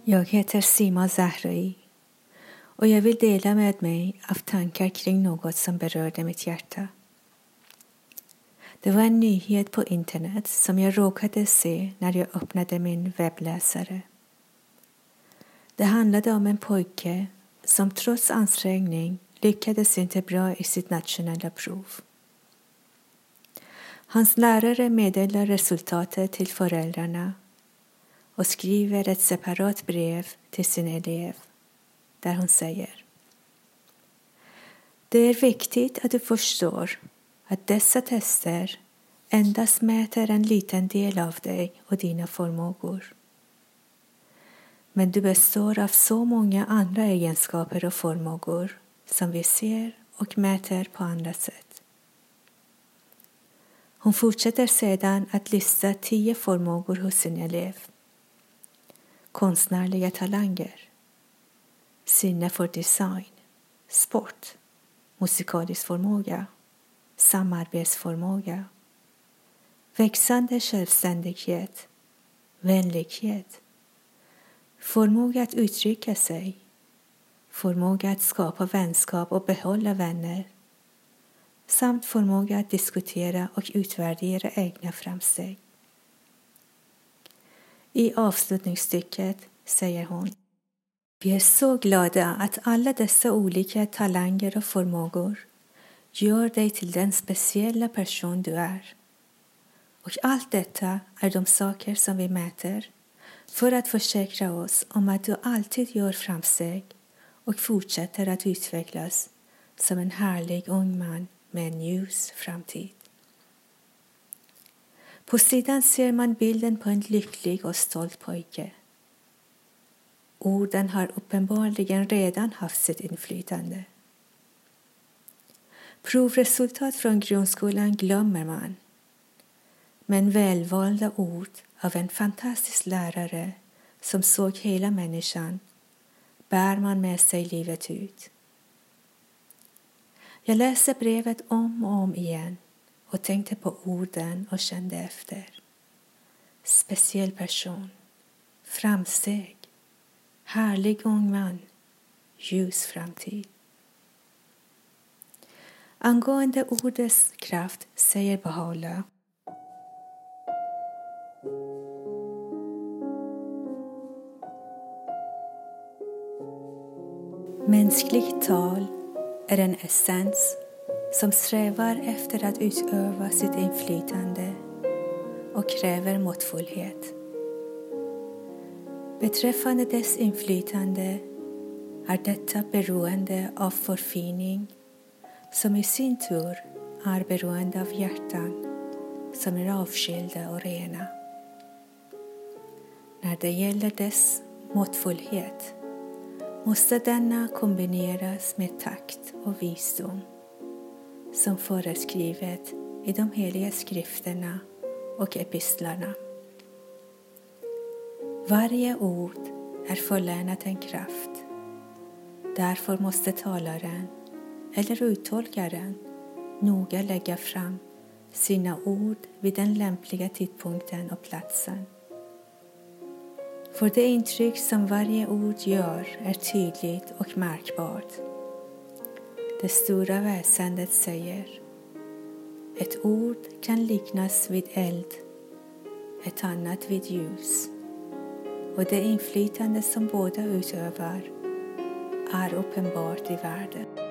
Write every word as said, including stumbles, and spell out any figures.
Jag heter Sima Zahrai och jag vill dela med mig av tankar kring något som berörde mitt hjärta. Det var en nyhet på internet som jag råkade se när jag öppnade min webbläsare. Det handlade om en pojke som trots ansträngning lyckades inte bra i sitt nationella prov. Hans lärare meddelar resultatet till föräldrarna och skriver ett separat brev till sin elev där hon säger: Det är viktigt att du förstår att dessa tester endast mäter en liten del av dig och dina förmågor. Men du består av så många andra egenskaper och förmågor som vi ser och mäter på andra sätt. Hon fortsätter sedan att lista tio förmågor hos sin elev. Konstnärliga talanger, sinne för design, sport, musikalisk förmåga, samarbetsförmåga, växande självständighet, vänlighet, förmåga att uttrycka sig, förmåga att skapa vänskap och behålla vänner, samt förmåga att diskutera och utvärdera egna framsteg. I avslutningsstycket säger hon: Vi är så glada att alla dessa olika talanger och förmågor gör dig till den speciella person du är. Och allt detta är de saker som vi mäter för att försäkra oss om att du alltid gör framsteg och fortsätter att utvecklas som en härlig ung man med en ljus framtid. På sidan ser man bilden på en lycklig och stolt pojke. Orden har uppenbarligen redan haft sitt inflytande. Provresultat från grundskolan glömmer man. Men välvalda ord av en fantastisk lärare som såg hela människan bär man med sig livet ut. Jag läste brevet om och om igen och tänkte på orden och kände efter. Speciell person, framsteg, härlig ung man, ljus framtid. Angående ordets kraft säger Baha'u'llah: Mänskligt tal är en essens som strävar efter att utöva sitt inflytande och kräver måttfullhet. Beträffande dess inflytande är detta beroende av förfining som i sin tur är beroende av hjärtan som är avskilda och rena. När det gäller dess måttfullhet måste denna kombineras med takt och visdom som föreskrivet i de heliga skrifterna och epistlarna. Varje ord är förlänat en kraft. Därför måste talaren eller uttolkaren noga lägga fram sina ord vid den lämpliga tidpunkten och platsen. För det intryck som varje ord gör är tydligt och märkbart. Det stora väsendet säger: ett ord kan liknas vid eld, ett annat vid ljus. Och det inflytande som båda utövar är uppenbart i världen.